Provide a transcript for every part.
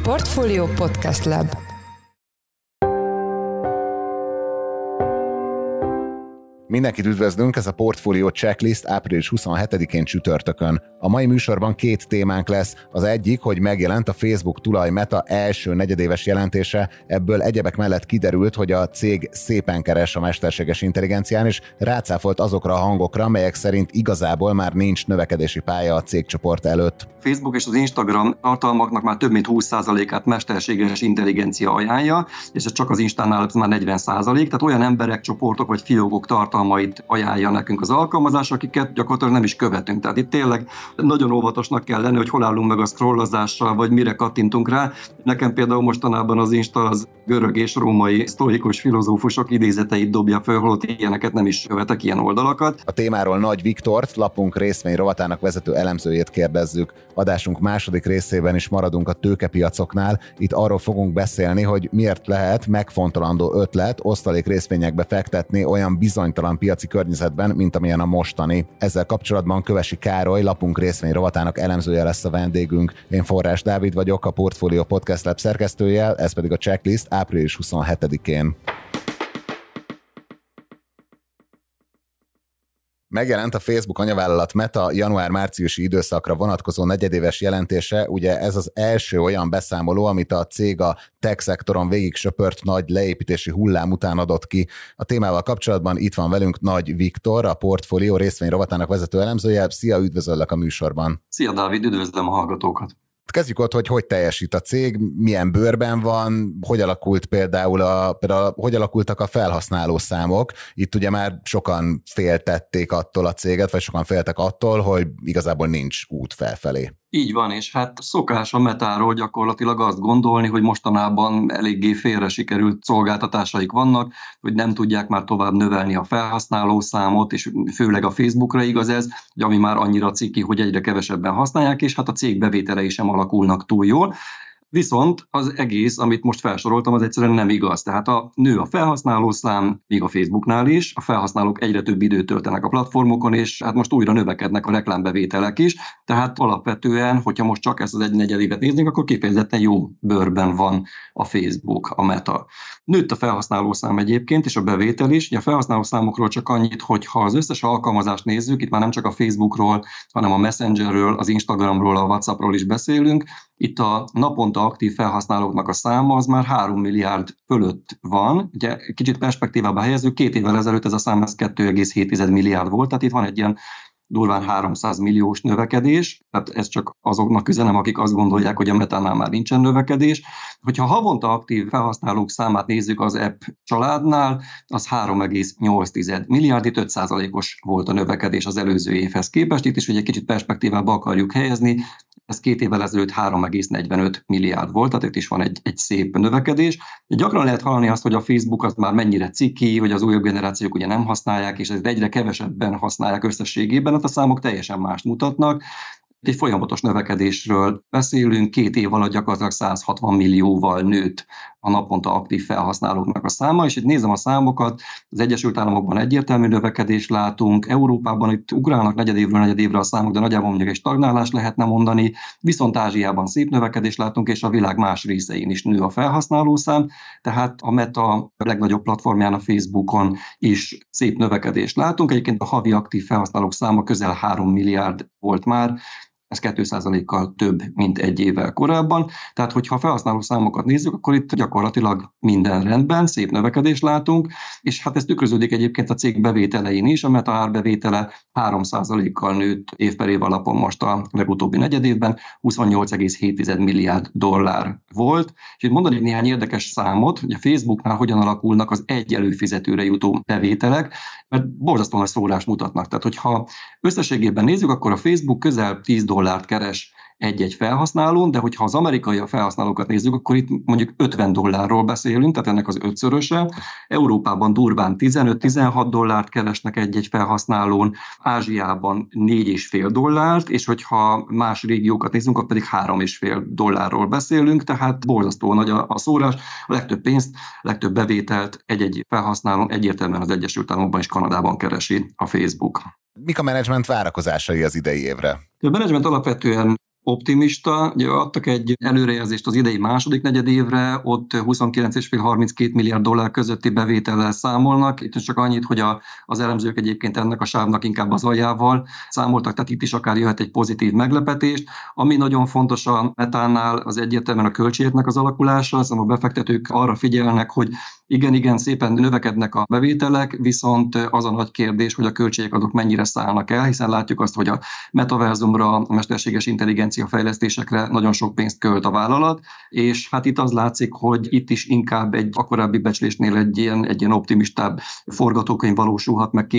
Portfolio Podcast Lab. Mindenkit üdvözlünk, ez a Portfolio Checklist április 27-én csütörtökön. A mai műsorban két témánk lesz. Az egyik, hogy megjelent a Facebook tulaj Meta első negyedéves jelentése, ebből egyebek mellett kiderült, hogy a cég szépen keres a mesterséges intelligencián, és rácáfolt azokra a hangokra, melyek szerint igazából már nincs növekedési pálya a cégcsoport előtt. Facebook és az Instagram tartalmaknak már több mint 20%-át mesterséges intelligencia ajánlja, és ez csak az Instánál már 40%, tehát olyan emberek, csoportok vagy fiókok tartalmait ajánlja nekünk az alkalmazás, akiket gyakorlatilag nem is követünk. Tehát itt tényleg nagyon óvatosnak kell lenni, hogy hol állunk meg a scrollozással, vagy mire kattintunk rá. Nekem például mostanában az Insta az görög és római sztoikus filozófusok idézeteit dobja föl, holott ilyeneket nem is követek, ilyen oldalakat. A témáról Nagy Viktort, lapunk részvény rovatának vezető elemzőjét kérdezzük. Adásunk második részében is maradunk a tőkepiacoknál. Itt arról fogunk beszélni, hogy miért lehet megfontolandó ötlet osztalék részvényekbe fektetni olyan bizonytalan piaci környezetben, mint amilyen a mostani. Ezzel kapcsolatban Kövesi Károly, lapunk részvény rovatának elemzője lesz a vendégünk. Én Forrás Dávid vagyok, a Portfolio Podcast Lab szerkesztője, ez pedig a Checklist április 27-én. Megjelent a Facebook anyavállalat Meta január-márciusi időszakra vonatkozó negyedéves jelentése, ugye ez az első olyan beszámoló, amit a cég a tech szektoron végig söpört nagy leépítési hullám után adott ki. A témával kapcsolatban itt van velünk Nagy Viktor, a Portfolio részvény rovatának vezető elemzője. Szia, üdvözöllek a műsorban. Szia Dávid, üdvözlöm a hallgatókat. Kezdjük ott, hogy teljesít a cég, milyen bőrben van, hogy alakult például hogy alakultak a felhasználó számok. Itt ugye már sokan féltették attól a céget, vagy sokan féltek attól, hogy igazából nincs út felfelé. Így van, és hát szokás a Metáról gyakorlatilag azt gondolni, hogy mostanában eléggé félre sikerült szolgáltatásaik vannak, hogy nem tudják már tovább növelni a felhasználó számot, és főleg a Facebookra igaz ez, hogy ami már annyira ciki, hogy egyre kevesebben használják, és hát a cég bevételei sem alakulnak túl jól. Viszont az egész, amit most felsoroltam, az egyszerűen nem igaz. Tehát nő a felhasználószám, még a Facebooknál is, a felhasználók egyre több időt töltenek a platformokon, és hát most újra növekednek a reklámbevételek is. Tehát alapvetően, hogyha most csak ezt az egy negyedévet néznénk, akkor kifejezetten jó bőrben van a Facebook, a Meta. Nőtt a felhasználószám egyébként, és a bevétel is. A felhasználószámokról csak annyit, hogy ha az összes alkalmazást nézzük, itt már nem csak a Facebookról, hanem a Messengerről, az Instagramról, a WhatsAppról is beszélünk, itt a naponta aktív felhasználóknak a száma az már 3 milliárd fölött van. Ugye kicsit perspektívába helyezzük, 2 évvel ezelőtt ez a szám 2,7 milliárd volt, tehát itt van egy ilyen durván 300 milliós növekedés, tehát ez csak azoknak üzenem, akik azt gondolják, hogy a Metánál már nincsen növekedés. Hogyha havonta aktív felhasználók számát nézzük az app családnál, az 3,8 milliárd, itt 5%-os volt a növekedés az előző évhez képest. Itt is ugye kicsit perspektívába akarjuk helyezni, ez 2 évvel ezelőtt 3,45 milliárd volt, tehát itt is van egy szép növekedés. Gyakran lehet hallani azt, hogy a Facebook az már mennyire ciki, hogy az újabb generációk ugye nem használják, és egyre kevesebben használják összességében, hát a számok teljesen mást mutatnak. Egy folyamatos növekedésről beszélünk, 2 év alatt gyakorlatilag 160 millióval nőtt a naponta aktív felhasználóknak a száma, és itt nézem a számokat, az Egyesült Államokban egyértelmű növekedést látunk, Európában itt ugrálnak negyedévre a számok, de nagyjából mondjuk egy stagnálás lehetne mondani, viszont Ázsiában szép növekedést látunk, és a világ más részein is nő a felhasználószám, tehát a Meta a legnagyobb platformján, a Facebookon is szép növekedést látunk, egyébként a havi aktív felhasználók száma közel 3 milliárd volt már, ez 2%-kal több, mint egy évvel korábban. Tehát, hogyha a felhasználó számokat nézzük, akkor itt gyakorlatilag minden rendben, szép növekedést látunk, és hát ez tükröződik egyébként a cég bevételein is, a Meta árbevétele 3%-kal nőtt év per év alapon most a legutóbbi negyedévben, 28,7 milliárd dollár volt. És itt mondani néhány érdekes számot, hogy a Facebooknál hogyan alakulnak az egy előfizetőre jutó bevételek, mert borzasztóan nagy szórást mutatnak. Tehát, hogyha összességében nézzük, akkor a Facebook közel $10 keres egy-egy felhasználón, de hogyha az amerikai felhasználókat nézzük, akkor itt mondjuk $50 beszélünk, tehát ennek az 5-szöröse. Európában durván $15-16 keresnek egy-egy felhasználón, Ázsiában $4,5, és hogyha más régiókat nézzünk, akkor pedig $3,5 beszélünk, tehát borzasztó nagy a szórás. A legtöbb pénzt, legtöbb bevételt egy-egy felhasználón egyértelműen az Egyesült Államokban és Kanadában keresi a Facebook. Mik a menedzsment várakozásai az idei évre? A menedzsment alapvetően optimista. Ugye adtak egy előrejelzést az idei második negyedévre, ott 29,5-32 milliárd dollár közötti bevétellel számolnak. Itt csak annyit, hogy az elemzők egyébként ennek a sávnak inkább az aljával számoltak, tehát itt is akár jöhet egy pozitív meglepetést. Ami nagyon fontos a Metánál, az egyértelműen a költségeknek az alakulása, szóval a befektetők arra figyelnek, hogy igen, szépen növekednek a bevételek, viszont az a nagy kérdés, hogy a költségek azok mennyire szállnak el, hiszen látjuk azt, hogy a metaverzumra, a mesterséges intelligencia fejlesztésekre nagyon sok pénzt költ a vállalat, és hát itt az látszik, hogy itt is inkább a korábbi becslésnél egy ilyen optimistább forgatókönyv valósulhat meg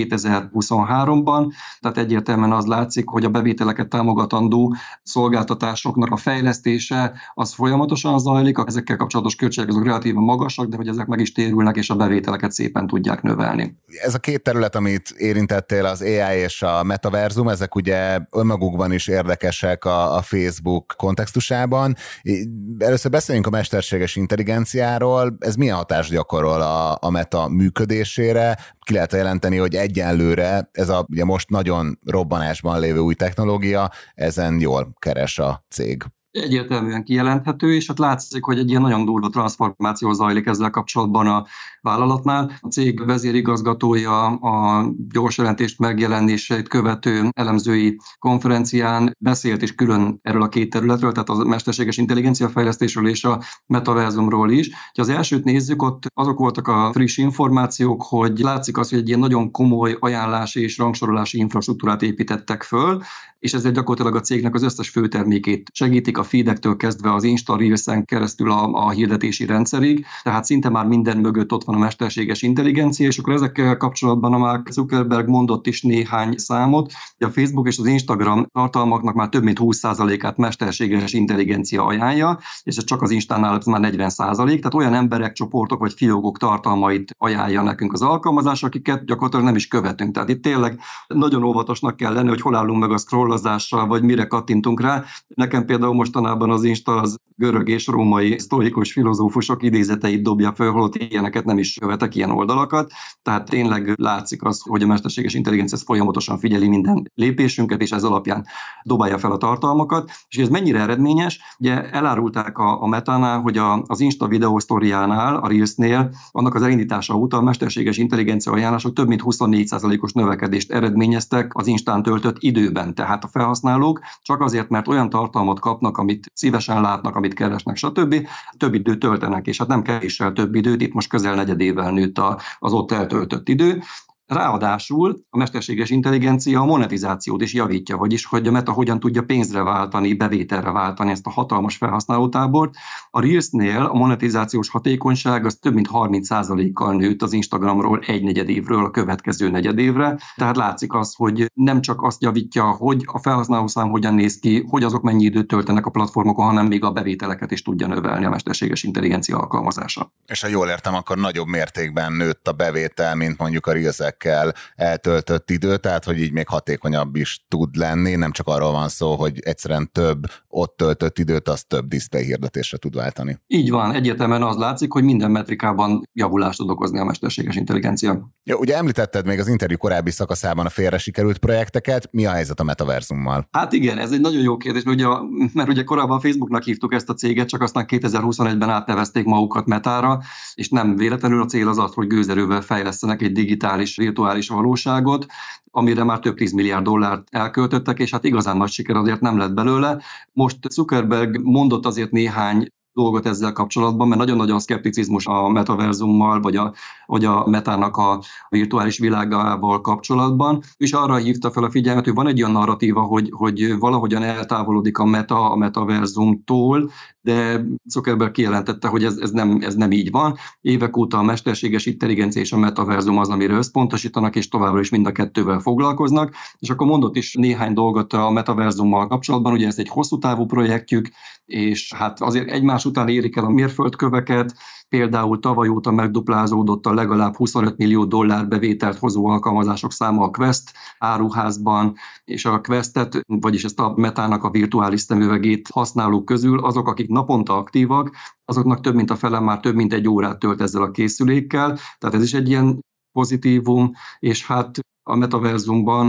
2023-ban, tehát egyértelműen az látszik, hogy a bevételeket támogatandó szolgáltatásoknak a fejlesztése az folyamatosan zajlik, ezekkel kapcsolatos költségek azok relatíven magasak, de hogy ezek meg is térülnek, és a bevételeket szépen tudják növelni. Ez a két terület, amit érintettél, az AI és a metaverzum, ezek ugye önmagukban is érdekesek a Facebook kontextusában. Először beszéljünk a mesterséges intelligenciáról. Ez milyen hatást gyakorol a meta működésére? Ki lehet jelenteni, hogy egyenlőre ez a ugye most nagyon robbanásban lévő új technológia, ezen jól keres a cég. Egyértelműen kijelenthető, és hát látszik, hogy egy ilyen nagyon durva transformáció zajlik ezzel kapcsolatban a vállalatnál. A cég vezérigazgatója a gyors jelentést megjelenését követő elemzői konferencián beszélt is külön erről a két területről, tehát a mesterséges intelligencia fejlesztésről és a metaverzumról is. Ha az elsőt nézzük, ott azok voltak a friss információk, hogy látszik az, hogy egy ilyen nagyon komoly ajánlási és rangsorolási infrastruktúrát építettek föl, és ezzel gyakorlatilag a cégnek az összes főtermékét segítik, a feedektől kezdve az Insta Reels-en keresztül a hirdetési rendszerig, tehát szinte már minden mögött ott van a mesterséges intelligencia, és akkor ezekkel kapcsolatban a Mark Zuckerberg mondott is néhány számot, hogy a Facebook és az Instagram tartalmaknak már több mint 20%-át mesterséges intelligencia ajánlja, és ez csak az Instánál ez már 40%, tehát olyan emberek, csoportok vagy fiókok tartalmait ajánlja nekünk az alkalmazás, akiket gyakorlatilag nem is követünk. Tehát itt tényleg nagyon óvatosnak kell lenni, hogy hol állunk meg a scrollozással, vagy mire kattintunk rá. Nekem például mostanában az Insta az görög és római sztoikus filozófusok idézeteit dobja föl, holott ilyeneket nem is követek, ilyen oldalakat. Tehát tényleg látszik az, hogy a mesterséges intelligencia folyamatosan figyeli minden lépésünket, és ez alapján dobálja fel a tartalmakat. És ez mennyire eredményes? Ugye elárulták a Metánál, hogy az Insta videó sztoriánál, a Reelsnél, annak az elindítása óta a mesterséges intelligencia ajánlások több mint 24%-os növekedést eredményeztek az Instán töltött időben. Tehát a felhasználók csak azért, mert olyan tartalmat kapnak, amit szívesen látnak, amit keresnek, stb. Több időt töltenek, és hát nem kevéssel több időt, itt most közel negyedével nőtt az ott eltöltött idő. Ráadásul a mesterséges intelligencia a monetizációt is javítja, vagyis hogy a Meta hogyan tudja pénzre váltani, bevételre váltani ezt a hatalmas felhasználótábort. A Reelsnél a monetizációs hatékonyság az több mint 30%-kal nőtt az Instagramról egy negyedévről a következő negyedévre. Tehát látszik az, hogy nem csak azt javítja, hogy a felhasználószám hogyan néz ki, hogy azok mennyi időt töltenek a platformokon, hanem még a bevételeket is tudja növelni a mesterséges intelligencia alkalmazása. És ha jól értem, akkor nagyobb mértékben nőtt a bevétel, mint mondjuk a Reelsek eltöltött idő, tehát hogy így még hatékonyabb is tud lenni, nem csak arról van szó, hogy egyszerűen több ott töltött időt, az több display hirdetésre tud váltani. Így van, egyértelműen az látszik, hogy minden metrikában javulást tud okozni a mesterséges intelligencia. Ja, ugye említetted még az interjú korábbi szakaszában a félre sikerült projekteket, mi a helyzet a metaverzummal? Hát igen, ez egy nagyon jó kérdés, mert ugye korábban Facebooknak hívtuk ezt a céget, csak aztán 2021-ben átnevezték magukat Metára, és nem véletlenül a cél az, hogy gőzerővel fejlesztenek egy digitális virtuális valóságot, amire már több 10 milliárd dollárt elköltöttek, és hát igazán nagy siker azért nem lett belőle. Most Zuckerberg mondott azért néhány dolgot ezzel kapcsolatban, mert nagyon-nagyon szkepticizmus a metaverzummal, vagy a metának a virtuális világával kapcsolatban, és arra hívta fel a figyelmet, hogy van egy olyan narratíva, hogy valahogyan eltávolodik a meta a metaverzumtól, de Zuckerberg kijelentette, hogy ez nem így van. Évek óta a mesterséges intelligencia és a metaverzum az, amire összpontosítanak, és továbbra is mind a kettővel foglalkoznak, és akkor mondott is néhány dolgot a metaverzummal kapcsolatban, ugye ez egy hosszú távú projektjük, és hát azért egymás után érik el a mérföldköveket, például tavaly óta megduplázódott a legalább 25 millió dollár bevételt hozó alkalmazások száma a Quest áruházban, és a Questet, vagyis ezt a Metának a virtuális szemüvegét használók közül azok, akik naponta aktívak, azoknak több mint a fele már több mint 1 órát tölt ezzel a készülékkel, tehát ez is egy ilyen pozitívum, és hát a metaverzumban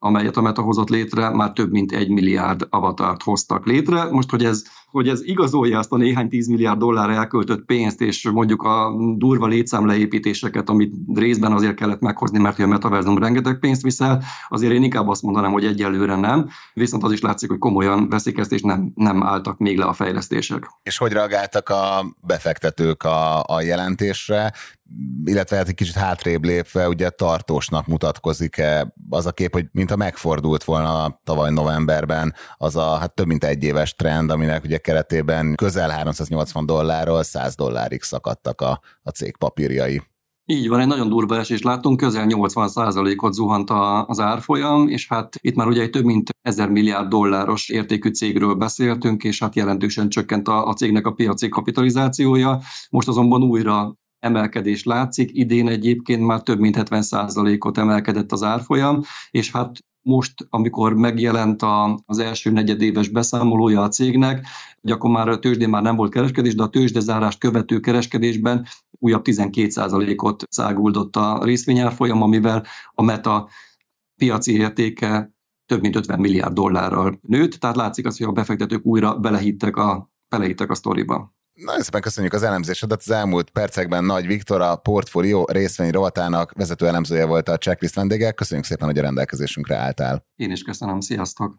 amelyet a Meta hozott létre, már több mint 1 milliárd avatart hoztak létre. Most, hogy ez igazolja azt a néhány 10 milliárd dollárra elköltött pénzt, és mondjuk a durva létszámleépítéseket, amit részben azért kellett meghozni, mert a metaverzum rengeteg pénzt viszel, azért én inkább azt mondanám, hogy egyelőre nem, viszont az is látszik, hogy komolyan veszik ezt, és nem álltak még le a fejlesztések. És hogy reagáltak a befektetők a jelentésre, illetve hát egy kicsit hátrébb lépve, ugye tartósnak mutatkozik-e az a kép, hogy mintha megfordult volna tavaly novemberben az a több mint egy éves trend, aminek ugye keretében közel $380-ról $100 szakadtak a cég papírjai. Így van, egy nagyon durva esést láttunk, közel 80%-ot zuhant az árfolyam, és hát itt már ugye egy több mint 1000 milliárd dolláros értékű cégről beszéltünk, és hát jelentősen csökkent a cégnek a piaci kapitalizációja. Most azonban újra emelkedés látszik, idén egyébként már több mint 70%-ot emelkedett az árfolyam, és hát most, amikor megjelent az első negyedéves beszámolója a cégnek, akkor már a tőzsdén már nem volt kereskedés, de a tőzsdezárást követő kereskedésben újabb 12%-ot száguldott a részvényárfolyam, amivel a Meta piaci értéke több mint 50 milliárd dollárral nőtt, tehát látszik az, hogy a befektetők újra belehittek a sztoriba. Nagyon szépen köszönjük az elemzésedet. Az elmúlt percekben Nagy Viktor, a Portfolio részvény rovatának vezető elemzője volt a Checklist vendége. Köszönjük szépen, hogy a rendelkezésünkre álltál. Én is köszönöm, sziasztok!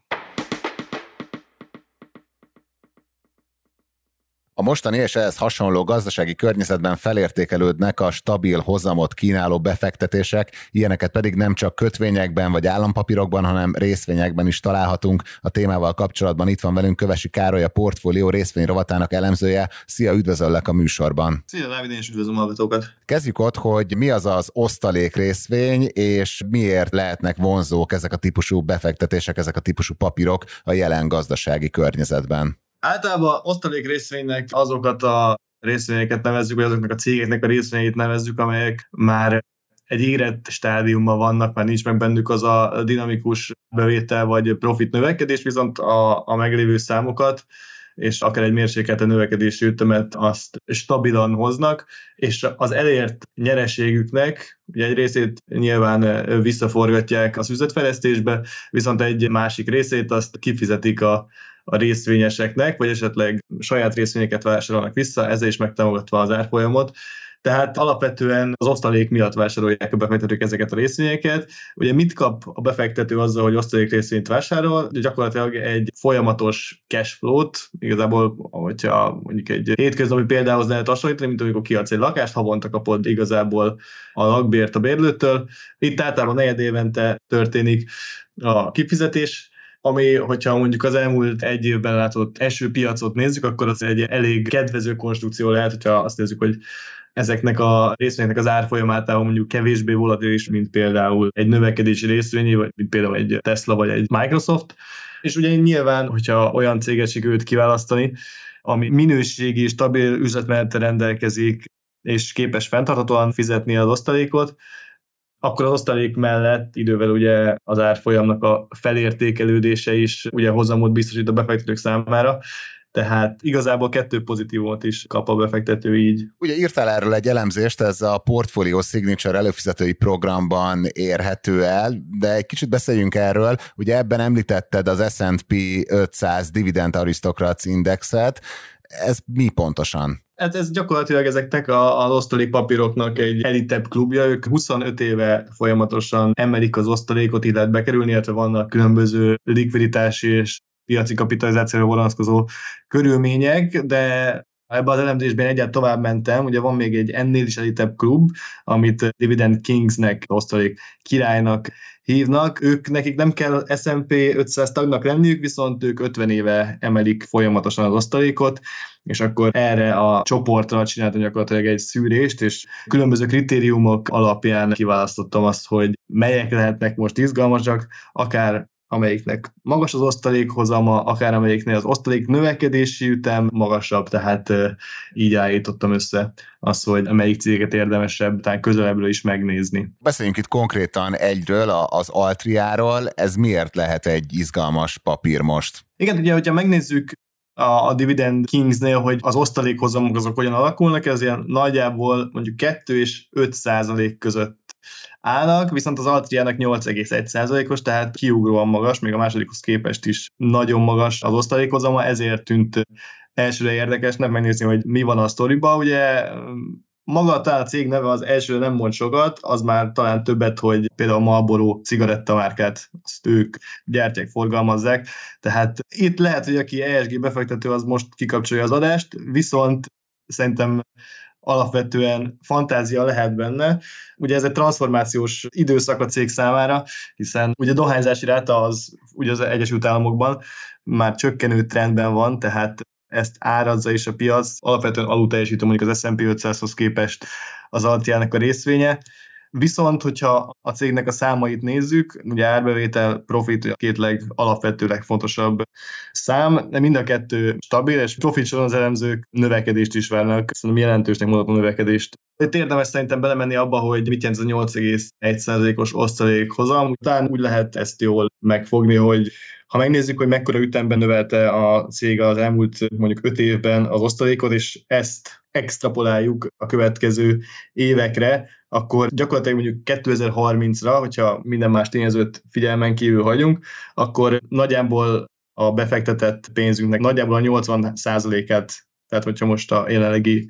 A mostani és ehhez hasonló gazdasági környezetben felértékelődnek a stabil hozamot kínáló befektetések, ilyeneket pedig nem csak kötvényekben vagy állampapírokban, hanem részvényekben is találhatunk. A témával kapcsolatban itt van velünk Kövesi Károly, a Portfolio részvény rovatának elemzője. Szia, üdvözöllek a műsorban! Szia, Dávid, én is üdvözlöm a hallgatókat! Kezdjük ott, hogy mi az az osztalék részvény, és miért lehetnek vonzók ezek a típusú befektetések, ezek a típusú papírok a jelen gazdasági környezetben. Általában osztalék részvénynek azokat a részvényeket nevezzük, vagy azoknak a cégeknek a részvényeit nevezzük, amelyek már egy érett stádiumban vannak, már nincs meg bennük az a dinamikus bevétel vagy profit növekedés, viszont a meglévő számokat és akár egy mérsékelten növekedésű ütemet azt stabilan hoznak, és az elért nyereségüknek ugye egy részét nyilván visszaforgatják az üzletfejlesztésbe, viszont egy másik részét azt kifizetik a részvényeseknek, vagy esetleg saját részvényeket vásárolnak vissza, ezzel is megtámogatva az árfolyamot. Tehát alapvetően az osztalék miatt vásárolják a befektetők ezeket a részvényeket. Ugye mit kap a befektető azzal, hogy osztalék részvényt vásárol? Gyakorlatilag egy folyamatos cash flow-t, igazából, hogyha mondjuk egy hétköznapi példához lehet hasonlítani, mint amikor kiadsz egy lakást, havonta kapod igazából a lakbért a bérlőtől. Itt általában negyed évente történik a kifizetés, ami, hogyha mondjuk az elmúlt egy évben látott esőpiacot nézzük, akkor az egy elég kedvező konstrukció lehet, hogyha azt nézzük, hogy ezeknek a részvényeknek az árfolyamátában mondjuk kevésbé volatilis, mint például egy növekedési részvény, vagy mint például egy Tesla vagy egy Microsoft. És ugye nyilván, hogyha olyan céget sikerült kiválasztani, ami minőségi és stabil üzletmenettel rendelkezik, és képes fenntarthatóan fizetni az osztalékot, akkor az osztalék mellett idővel ugye az árfolyamnak a felértékelődése is ugye hozamot biztosít a befektetők számára, tehát igazából 2 pozitívumot is kap a befektető így. Ugye írtál erről egy elemzést, ez a Portfolio Signature előfizetői programban érhető el, de egy kicsit beszéljünk erről. Ugye ebben említetted az S&P 500 Dividend Aristocrats Indexet. Ez mi pontosan? Hát ez gyakorlatilag ezeknek az osztalék papíroknak egy elitebb klubja, ők 25 éve folyamatosan emelik az osztalékot, így lehet bekerülni, illetve vannak különböző likviditási és piaci kapitalizációra vonatkozó körülmények, de ebben az elemzésben egyáltalán tovább mentem, ugye van még egy ennél is elitebb klub, amit Dividend Kingsnek, osztalék királynak hívnak. Nekik nem kell S&P 500 tagnak lenniük, viszont ők 50 éve emelik folyamatosan az osztalékot, és akkor erre a csoportra csináltam gyakorlatilag egy szűrést, és különböző kritériumok alapján kiválasztottam azt, hogy melyek lehetnek most izgalmasak, akár amelyiknek magas az osztalékhozama, akár amelyiknél az osztalék növekedési ütem magasabb, tehát így állítottam össze azt, hogy melyik céget érdemesebb, talán közelebbről is megnézni. Beszéljünk itt konkrétan egyről, az Altriáról, ez miért lehet egy izgalmas papír most? Igen, ugye, hogyha megnézzük a Dividend Kingsnél, hogy az osztalékhozamok azok hogyan alakulnak, ez ilyen nagyjából mondjuk 2 és 5% között állnak, viszont az Altriának 8,1%-os, tehát kiugróan magas, még a másodikhoz képest is nagyon magas az osztalékhozama, ezért tűnt elsőre érdekesnek megnézni, hogy mi van a sztoriba. Ugye maga talán a cég neve az elsőre nem mond sokat, az már talán többet, hogy például a Marlboro cigarettamárkát azt ők gyártják, forgalmazzák, tehát itt lehet, hogy aki ESG befektető, az most kikapcsolja az adást, viszont szerintem alapvetően fantázia lehet benne. Ugye ez egy transformációs időszak a cég számára, hiszen ugye a dohányzási ráta az ugye az Egyesült Államokban már csökkenő trendben van, tehát ezt árazza is a piac, alapvetően alul teljesítő mondjuk az S&P 500-hoz képest az Altriának a részvénye. Viszont, hogyha a cégnek a számait nézzük, ugye árbevétel, profit a két alapvető legfontosabb szám, de mind a kettő stabil, és profit soron az elemzők növekedést is várnak, szerintem jelentősnek mondható növekedést. Itt érdemes szerintem belemenni abba, hogy mit jelent ez a 8,1%-os osztalékhozam. Talán úgy lehet ezt jól megfogni, hogy ha megnézzük, hogy mekkora ütemben növelte a cég az elmúlt mondjuk 5 évben az osztalékot, és ezt extrapoláljuk a következő évekre, akkor gyakorlatilag mondjuk 2030-ra, hogyha minden más tényezőt figyelmen kívül hagyunk, akkor nagyjából a befektetett pénzünknek nagyjából a 80%-át, tehát hogyha most a jelenlegi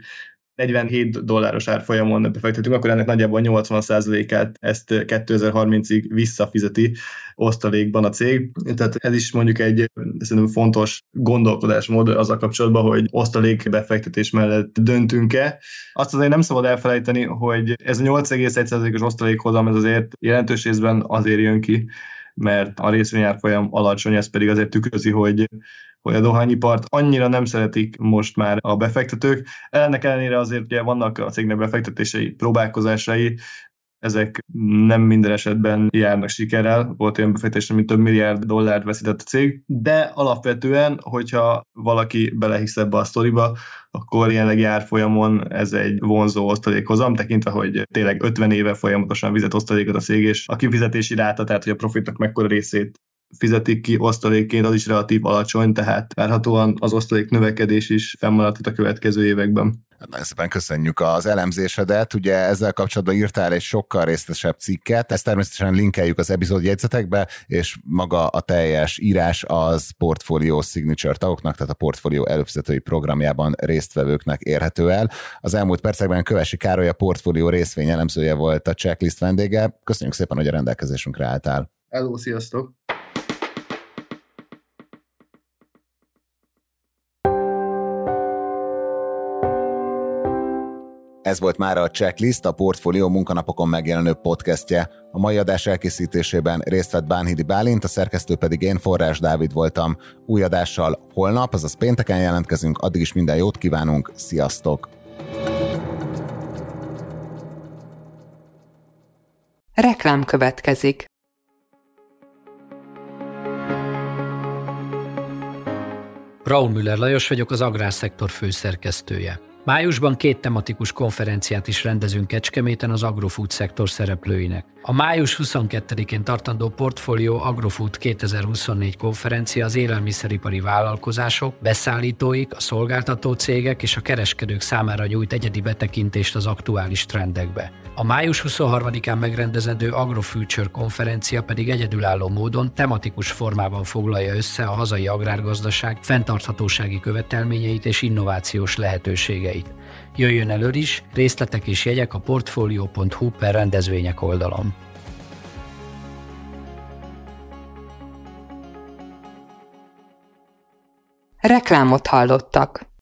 $47 árfolyamon befektetünk, akkor ennek nagyjából 80%-át ezt 2030-ig visszafizeti osztalékban a cég. Tehát ez is mondjuk egy szerintem fontos gondolkodásmód azzal kapcsolatban, hogy osztalék befektetés mellett döntünk-e. Azt azért nem szabad elfelejteni, hogy ez a 8,1%-os osztalékhozam, ez azért jelentős részben azért jön ki, mert a részvényárfolyam alacsony, ez pedig azért tükrözi, hogy a dohányipart annyira nem szeretik most már a befektetők. Ennek ellenére azért ugye vannak a cégnek befektetései, próbálkozásai, ezek nem minden esetben járnak sikerrel, volt olyan befektetés, mint több milliárd dollárt veszített a cég, de alapvetően, hogyha valaki belehisz ebbe a sztoriba, akkor jelenlegi árfolyamon ez egy vonzó osztalékhozam, tekintve, hogy tényleg 50 éve folyamatosan fizet osztalékot a cég, és a kifizetési ráta, tehát hogy a profitnak mekkora részét fizetik ki osztalékként, az is relatív alacsony, tehát várhatóan az osztalék növekedés is fennmaradhat a következő években. Nagyon szépen köszönjük az elemzésedet. Ugye ezzel kapcsolatban írtál egy sokkal részletesebb cikket, ezt természetesen linkeljük az epizód jegyzetekbe, és maga a teljes írás az Portfolio Signature tagoknak, tehát a Portfolio előfizetői programjában résztvevőknek érhető el. Az elmúlt percekben Kövesi Károly, a Portfolio részvény elemzője volt a Checklist vendége. Köszönjük szépen, hogy a rendelkezésünkre álltál. Hello, sziasztok! Ez volt már a Checklist, a Portfolio munkanapokon megjelenő podcastje. A mai adás elkészítésében részt vett Bánhidi Bálint, a szerkesztő pedig én, Forrás Dávid voltam. Új adással holnap, azaz pénteken jelentkezünk, addig is minden jót kívánunk, sziasztok! Reklám következik. Braun Müller Lajos vagyok, az Agrárszektor főszerkesztője. Májusban 2 tematikus konferenciát is rendezünk Kecskeméten az agrofood szektor szereplőinek. A május 22-én tartandó Portfolio Agrofood 2024 konferencia az élelmiszeripari vállalkozások, beszállítóik, a szolgáltató cégek és a kereskedők számára nyújt egyedi betekintést az aktuális trendekbe. A május 23-án megrendezendő AgroFuture konferencia pedig egyedülálló módon tematikus formában foglalja össze a hazai agrárgazdaság fenntarthatósági követelményeit és innovációs lehetőségeit. Jöjjön elő is, részletek és jegyek a portfolio.hu/rendezvények oldalon. Reklámot hallottak.